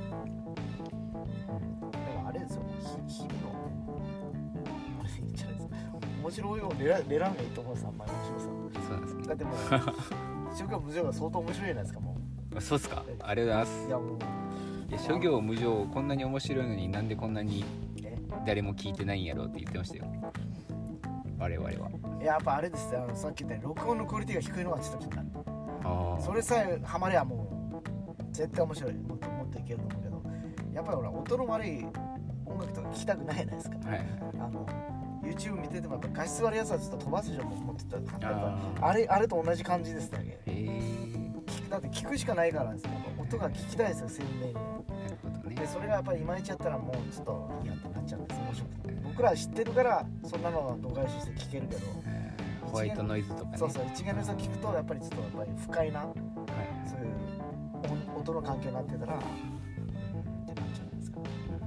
でもあれですよ、ひ日々のあれいいんじゃないですか、面白いを狙狙うがいいと思うんですよ、あんまり面白さ。 そうなんですね。 だってもう諸行無常が相当面白いじゃないですか。もそうっすか。ありがとうございます。 ういやもういや諸行無常こんなに面白いのになんでこんなにえ誰も聞いてないんやろうって言ってましたよ。我々は。 やっぱあれですよ、あのさっき言ったように録音のクオリティが低いのがちょっと気になる。 あそれさえハマればもう絶対面白い、もっともっといけると思うけど、やっぱりほら音の悪い音楽とか聴きたくないじゃないですか。 はいはい。 あの YouTube 見ててもやっぱ画質悪いやつはちょっと飛ばすでしょ、持ってたらやっあぱあれあれと同じ感じですね。 へえ。 だって聞くしかないからですね。やっぱ音が聞きたいですよ、鮮明に。 なるほどねで。それがやっぱりいまいちやったらもうちょっといいやってなっちゃうんです面白くて。僕らは知ってるからそんなのは度外視して聞けるけど、 ホワイトノイズとかね。 そうそう一元の人聞くとやっぱりちょっとやっぱり不快なはいそういう音音の環境になってたらってなっちゃうんですか。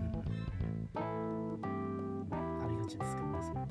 ありがちですけどね。それ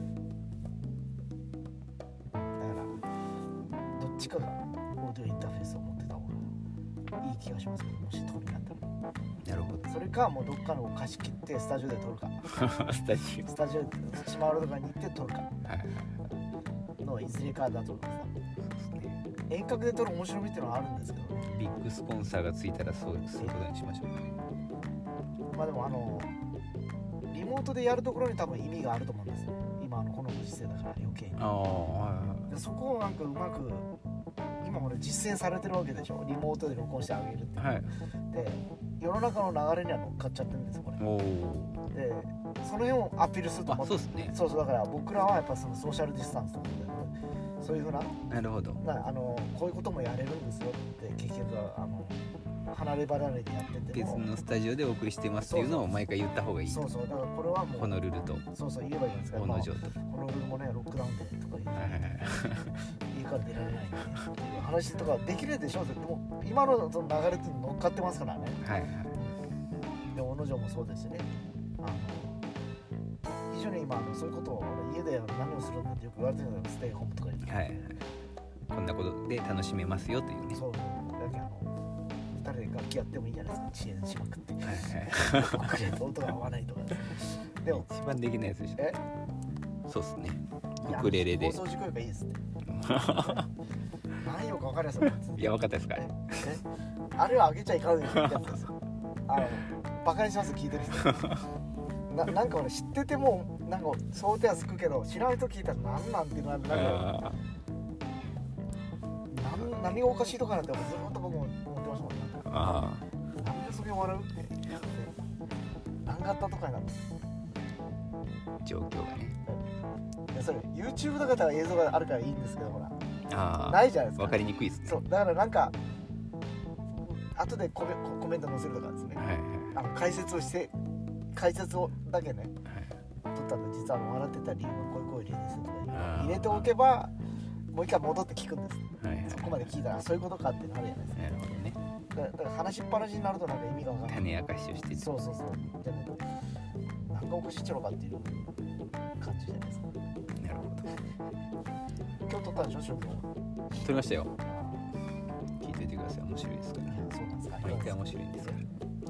だからどっちかがオーディオインターフェースを持ってた方がいい気がしますけど、もし撮るんだったら。 なるほど。 それかもうどっかのを貸し切ってスタジオで撮るかスタジスタジオでシマウロとかに行って撮るかオ。はいはい。 のいずれかだと思います。 そうですね。 遠隔で撮る面白みっていうのはあるんですけど、 ビッグスポンサーがついたらそうそういうことにしましょうかね。 まあでもあのリモートでやるところに多分意味があると思うんですよ。今あのこのご時世だから余計に。 ああはでそこをなんかうまく今俺実践されてるわけでしょ。リモートで録音してあげるっていう。 いはい。はい。 で世の中の流れには乗っかっちゃってるんですよこれ。 おお。 でその辺をアピールするとあ思ってそうですね。 そうそうだから僕らはやっぱそのソーシャルディスタンスとかでそういうふうななるほど。 なあのこういうこともやれるんですよって結局はあの離れ離れでやってて別ものスタジオでお送りしてますっていうのを毎回言った方がいいと。 そうそうだからこれはもうホノルルとそうそう言えばいいんですかホノジョと。 ホノルルもねロックダウンでとか言うはいはいはい。 家から出られないんでっていう話とかできるでしょ。でも今のその流れっていうの乗っかってますからね。 はいはい。 で小野城もそうですしね。あの非常に今あのそういうことを俺家で何をするんだってよく言われてるんだけどステイホームとかに。 はいはい。こんなことで楽しめますよというね。 そうだけあのふたりで楽器やってもいいんじゃないですか。遅延しまくって。 はいはい。 遅れと音が合わないとか。でも一番できないやつでしょ。 えそうっすね。 いやウクレレで。 放送事故よりいいですって。何よか分かりやすい。 いや分かったですか。 えあれはあげちゃいかんよってやつですよ。あのバカにします聞いてる人。な, なんか俺知っててもなんか想定はつくけど知らない人聞いたらなんなんていうのはなんか何何がおかしいとかなんてずっと僕も思ってましたもんね。 あなんでそれを笑うって何があったとかになるあ状況がね。 いやそれ YouTube だから映像があるからいいんですけどほらああないじゃないですか。 分かりにくいですね。 そうだからなんか後でコメ、コメント載せるとかですね、 はいはいあの解説をして解説をだけねはい取ったんで、実はあの笑ってた理由はこういうこういう理由ですとかあー入れておけばもう一回戻って聞くんです。 はいはいそこまで聞いたらそういうことかってなるじゃないですなるほどね。 か。だから話しっぱなしになるとなんか意味が分かんない。 種明かしをしてそうそうそう。でも何がおかしいっちゃろうかっていう感じじゃないですか。 なるほど。 今日撮ったんでしょ、仕事。 撮りましたよ。聞いといてください。面白いですから。 そうなんですか。 毎回面白いんですから。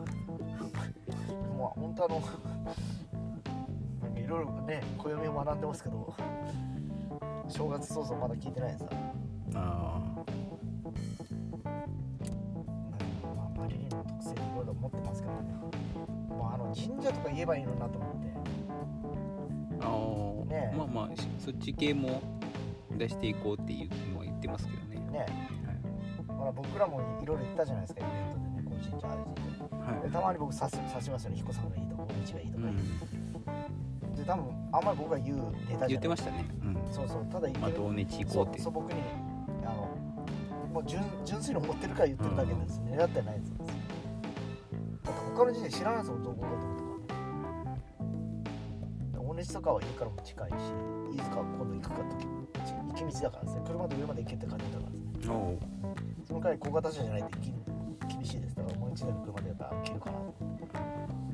もう本当あのなんかいろいろね暦を学んでますけど、正月早々まだ聞いてないです。 あまあマリリンの特性いろいろ持ってますけどね。もうあの神社とか言えばいいのになと思って。 あ。ああ。 ねえまあまあそっち系も出していこうっていうのは言ってますけどね。 ね、 はいほら僕らもいろいろ言ったじゃないですか、イベントでね、こう神社あれ神社。 はい。 でたまに僕指す指しますよね、彦さんがいいとか、お道がいいとか、 うん。 で多分あんまり僕が言うネタじゃない。 言ってましたね。うん。 そうそう、ただ言ってる。 まあ同日行そこうって。 うそう僕にあのもう純純粋に思ってるから言ってるだけです、ね、狙ってないです。だって他の神社知らないですもん、どこかどことかね。大根とかは家からも近いし、飯塚は今度行くかとき行き道だからですね、車で上まで行けって感じだからですね。 おお。 その代わり小型車じゃないとき厳しいです。だからもう一台の車でやったら行けるかなと思って。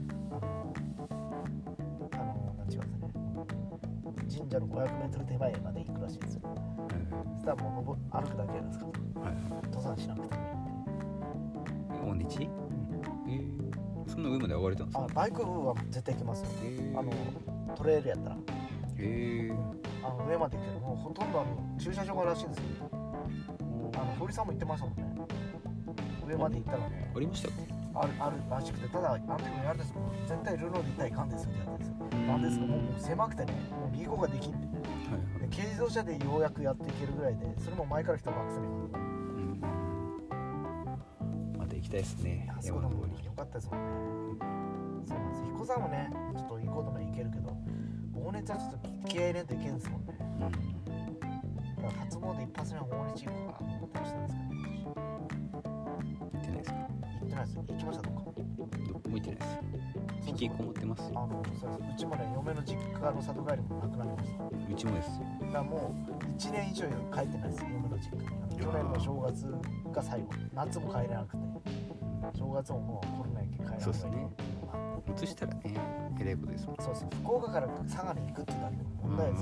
あの、あの、なん違うんですね。神社のごひゃくメートル手前まで行くらしいですよ。そしたらもう登歩くだけなんですか。 はい。 登山しなくても大日？ いい。 ええ。そんな上まで上がれたんですか？ あ、バイクは絶対行きますよ。 ええ。 あのトレイルやったら、 ええ。 あの上まで行ける。もうほとんどあの駐車場がらしいんですよ。あの堀さんも言ってましたもんね。上まで行ったらね、 ありましたっけ？ あるあるらしくて、ただあの時もやるんですけど、絶対ルノーで行ったらいかんですよってやったんですよ。なんですか、もうもう狭くてね、もう右方ができんって。 はいはい。 で軽自動車でようやくやっていけるぐらいで、それも前から来たバックスに。 うん。また行きたいですね。 あそこでも山登り。 良かったですもんね。そうなんです。彦さんもね、ちょっと行こうとも行けるけど、大根ちゃんちょっと気合い入れんといけんですもんね。 うん。 だから初詣一発目は大根行こうかなと思ったりしたんですけど、 行ってないですか？ 行ってないですよ。行きましたどっか。 どこも行ってないです。引きこもってます。 あの、そうです。うちもね、嫁の実家の里帰りもなくなりました。 うちもです。 だからもういちねん以上帰ってないです、嫁の実家に。去年の正月が最後、夏も帰れなくて、正月ももうコロナやけ帰らないそうですね。移したらね、えらいことですもん。 そうそう、福岡から佐賀に行くっていうだけでも問題ですよ。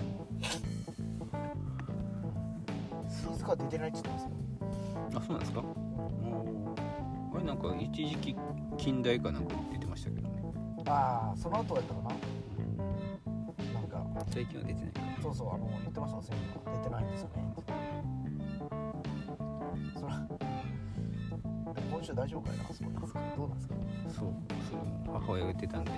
飯塚は出てないって言ってますよ。 あ、そうなんですか？あれなんか一時期近代かなんか出てましたけどね。 ああ、その後やったかな。なんか最近は出てないか。 そうそう、あの言ってました、そういうのが出てないんですよね。そら今週大丈夫かいな、そうなんですか、どうなんですか。 そう、それも母親が言ってたんで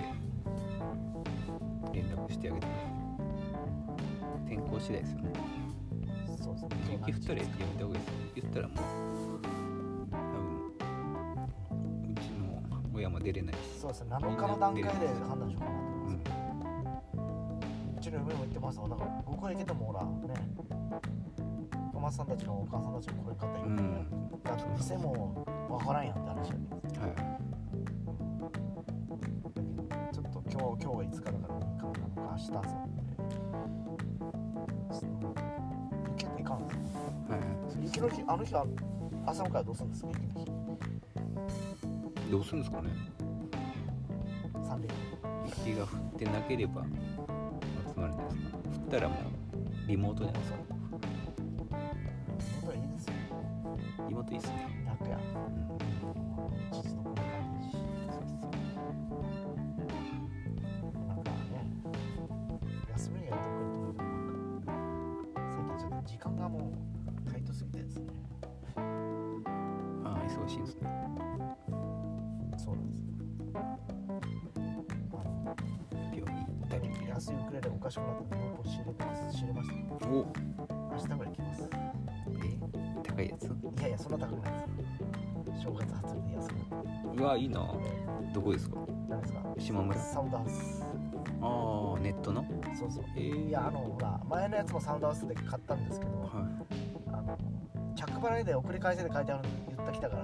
連絡してあげて。天候次第ですよね。 そうですね。 雪降ったらやめた方がいいですよ。言ったらもう多分うちの親も出れないし。 そうですね、なのかの段階で判断しようかなと思います。うちの嫁も言ってました。だから僕が行けてもほらね、小松さんたちのお母さんたちもこれ買ったり、 うん。 だって店もわからんやんって話だけど、 はい。 ちょっと今日今日がいつかだからみっかなのか明日朝って行けていかんですよ。 はい。 雪の日、あの日は朝の会はどうするんですか、雪の日。 どうするんですかね。 三連雪が降ってなければ集まるんじゃないですか。降ったらもうリモートじゃないですか。 本当はいいですよ。 リモートいいっすね。 楽や。 うん。 地図のこの感じいいし。なんかね、休みがやってくれると思うけど、最近ちょっと時間がもうタイトすぎてですね。 ああ、忙しいんですね。 そうなんですよ。 病院行ったり。 安いウクレレおかしくなってノート仕入れてます。仕入れました。 お、 明日ぐらい来ます。 え、高いやつ？ いやいや、そんな高くないです。正月初売りで安くなって。 うわ、いいな。どこですか？ 何ですか？ 島村。 サウンドハウス。 ああ、ネットの？ そうそう。 えー、 いや、あのほら前のやつもサウンドハウスで買ったんですけど、 はあの着払いで送り返せで書いてあるの言ったきたからですね。 い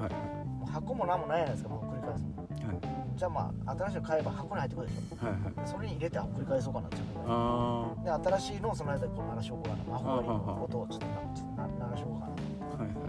はい、 もう箱も何もないじゃないですか、もう繰り返すの、はい、じゃあまあ新しいの買えば箱に入ってくるでしょ、はいはい、それに入れて繰り返そうかなっていうので、あで新しいのをその間こう鳴らしようかな、魔法割りの音をちょっと鳴らしようかな、はいはい、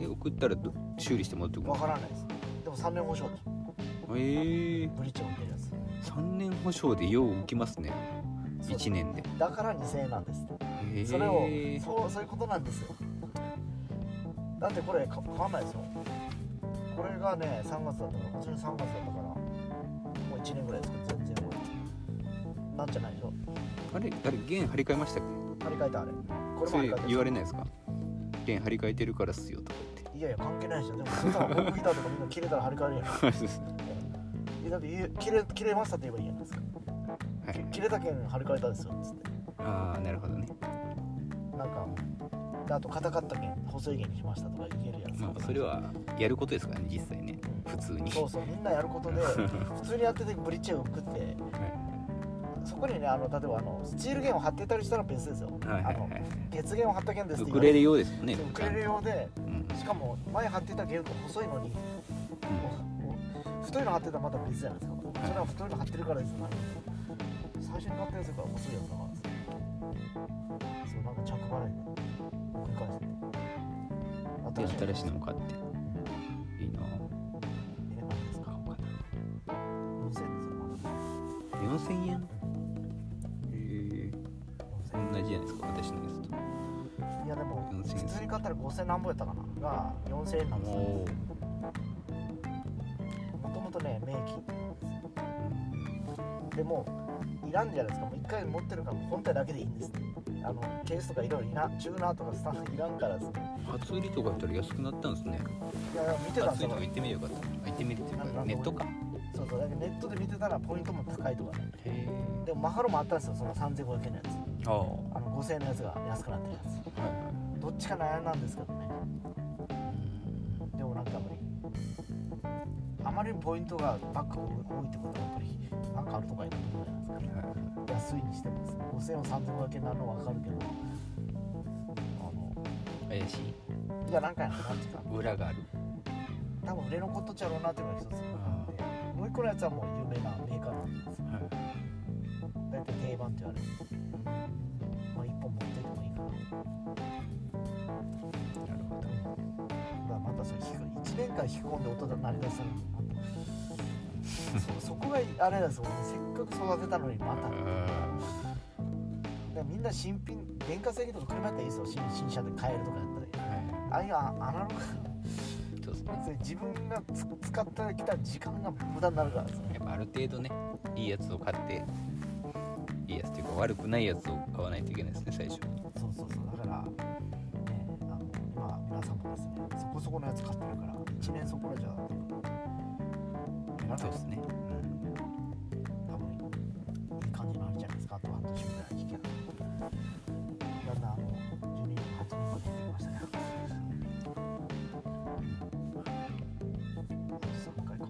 え送ったら修理してもらってくるの？ わからないです。でもさんねん保証です。 えー、 ブリッジを受けるやつさんねん保証でよう浮きますね。いちねんでだからにせんえんなんです、えー、それをそうそういうことなんですよ。だってこれか変わんないですよ。これがねさんがつだったから、普通にさんがつだったからもういちねんぐらいですけど全然なんじゃないでしょ。 あれあれ弦張り替えましたっけ？ 張り替えたあれ。これも張り替えた。 言われないですか？弦張り替えてるからっすよとか言って。 いやいや関係ないでしょ。でもそしたらホームギターとかみんな切れたら張り替えるやん。だって切れ切れましたって言えばいいじゃないですか。はい、切れた剣張り替えたんですよっつって。 ああなるほどね。 なんかであと硬かった剣細い剣にしましたとか言えるやつ。 まあそれはやることですからね実際ね、うん、普通に。そうそうみんなやることで普通にやっててブリッジを食って、はい、そこにねあの例えばあのスチール弦を張ってたりしたら別ですよ。はいはいはい、あの鉄弦を張った剣ですってウクレレ用ですよね。 ウクレレ用で、うん、しかも前張ってた弦と細いのに、うん、太いの張ってたらまた別じゃないですか。はい、それは太いの張ってるからですよ。最初に買ったやつから細いやつだからです。そうなんか着払いで繰り返して新しいのも買って、うん、いいな。 え何ですか？よんせんえんですよ。 よんせんえん？えー、同じじゃないですか私のやつと。 いやでも普通に買ったらごせんなんぼやったかながよんせんえんなんですよ。もともとね名機でもいらんじゃないですか。もう一回持ってるから本体だけでいいんです。あのケースとかいろいろいらチューナーとかスタンドいらんからですね。 初売りとかやったら安くなったんですね。 いやいや見てたんですよ。 初売りとか行ってみればよかった。行ってみるっていうかネットか。 そうそうだけどネットで見てたらポイントも高いとかね。へー。でもマハロもあったんですよ。そのさんぜんごひゃくえんのやつ。ああのごせんえんのやつが安くなってるやつ。はい、どっちか悩んだんですけどね。でもなんかあまりあまりポイントがバック多いってことはやっぱりなんかあるとかいいなと思うじゃないですか。はい安いにしてもですね、ごせんえんをさんぜんごひゃくえんになるのは分かるけど、あの怪しい。 いやなんかやな、なんていうか裏がある。 多分売れ残っとっちゃろうなっていうのが一つで、もう一個のやつはもう有名なメーカーなんですよ。はい、だいたい定番って言われる。まあ一本持っててもいいかな。なるほど。だからまたそれいちねんかん引き込んで音が鳴り出したのにそ, そこがあれなんですよ。せっかく育てたのにまたみんな新品電化製品とか車やったらいいですよ。 新, 新車で買えるとかやったら、はい、ああいうアナログそうです、ね、自分が使ってきた時間が無駄になるからですね。 やっぱある程度ねいいやつを買っていいやつというか悪くないやつを買わないといけないですね最初。 そうそうそうだからねあの今皆さんもですねそこそこのやつ買ってるからいちねんそこらじゃそうですね、うん、 多分いい感じになるんじゃないですか。あと半年ぐらい引き合うだんだんあのじゅうににんはちにんまで出てきましたけどあとさんかいか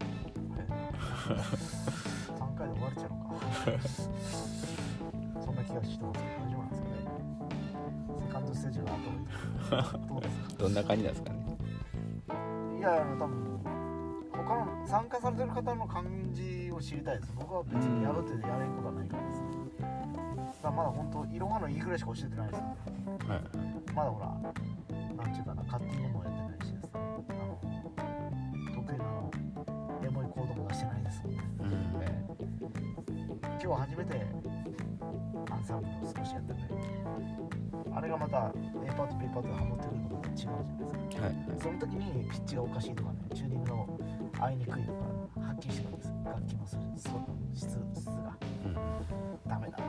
さんかいで終われちゃうのかそんな気がしてますけど大丈夫なんですかね。セカンドステージの後どうですかどんな感じなんですかね。 いや多分他の参加されてる方の感じを知りたいです。僕は別にやろうってやれんことはないからですね。だからまだ本当いろはのいいぐらいしか教えてないですよね。はい、まだほらなんていうかなカッティングもやってないしですね。あの得意なのエモいコードも出してないですもんね。うんね今日は初めてアンサンブルを少しやったぐらい。あれがまたペーパーとペーパーとハモってくることが違うじゃないですか。はい、その時にピッチがおかしいとかねチューニングの合いにくいとかはっきりしてるんです。楽器もするそう質質が、うん、ダメなんで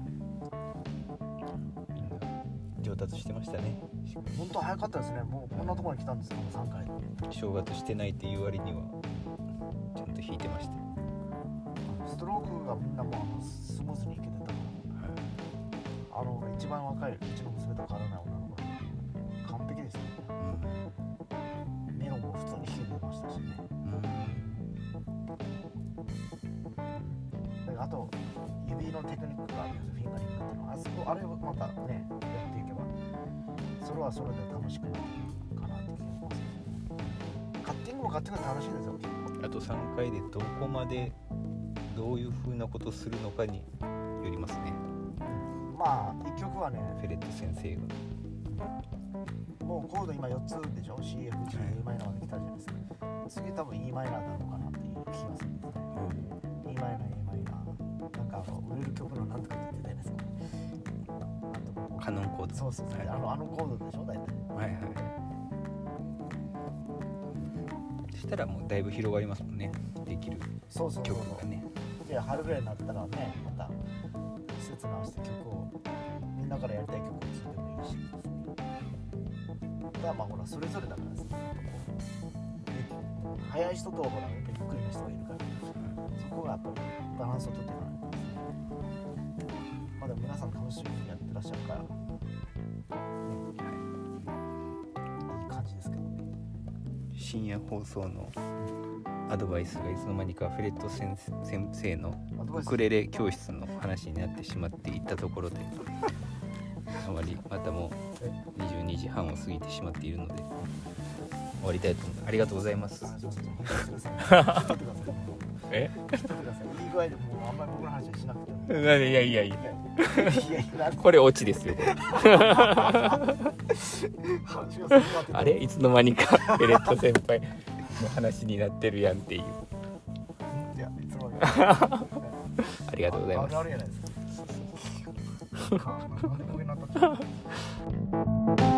みんな上達してましたね。 本当早かったですね。もうこんなところに来たんですけどさんかいで正月してないっていう割にはちゃんと弾いてました。 ストロークがみんなもうあのスムーズにいけてたから、はい、あの一番若いうちの娘と変わらない女の子が完璧でしたね。うん、メロンも普通に弾けてましたしね。あと指のテクニックがあるんですよ。フィンガリングっていうのはあそこあれをまたねやっていけばそれはそれで楽しくなってくるかなって気がしますね。 買ってくると楽しいですよ。 あとさんかいでどこまでどういう風なことするのかによりますね。 まあいっきょくはね、 フェレット先生がもうコード今よっつでしょ。 シーエフジーエー マイナーまで来たじゃないですか。次多分 E マイナーなのかなっていう気がするんですね。E マイナー A マイナーなんかあの売れる曲のなんとかって言ってたじゃないですか。 カノンコード。 そうそうそう、はい、あのあのコードでしょ大体。 はいはい。そしたらもうだいぶ広がりますもんね、できるそうそうそう曲がね。 で春ぐらいになったらね、また季節直して曲をみんなからやりたい曲を聴いてもいいし、まあほらそれぞれだからですね。早い人とほらゆっくりな人がいるから、そこがやっぱりバランスを取っていかないとですね。まあでも皆さん楽しみにやってらっしゃるから、ね、いい感じですけどね。 深夜放送のアドバイスがいつの間にかフェレット先生のウクレレ教室の話になってしまっていたところであまりまたもうにじゅうにじはんを過ぎてしまっているので終わりたいと思います。ありがとうございます。え？ いい具合でもうあんまり僕の話はしなくても。 いやいやいやいやいこれオチですよ。あれいつの間にかフェレット先輩の話になってるやんっていう。 いやいつもありがとうございます。 あるあるじゃないですか。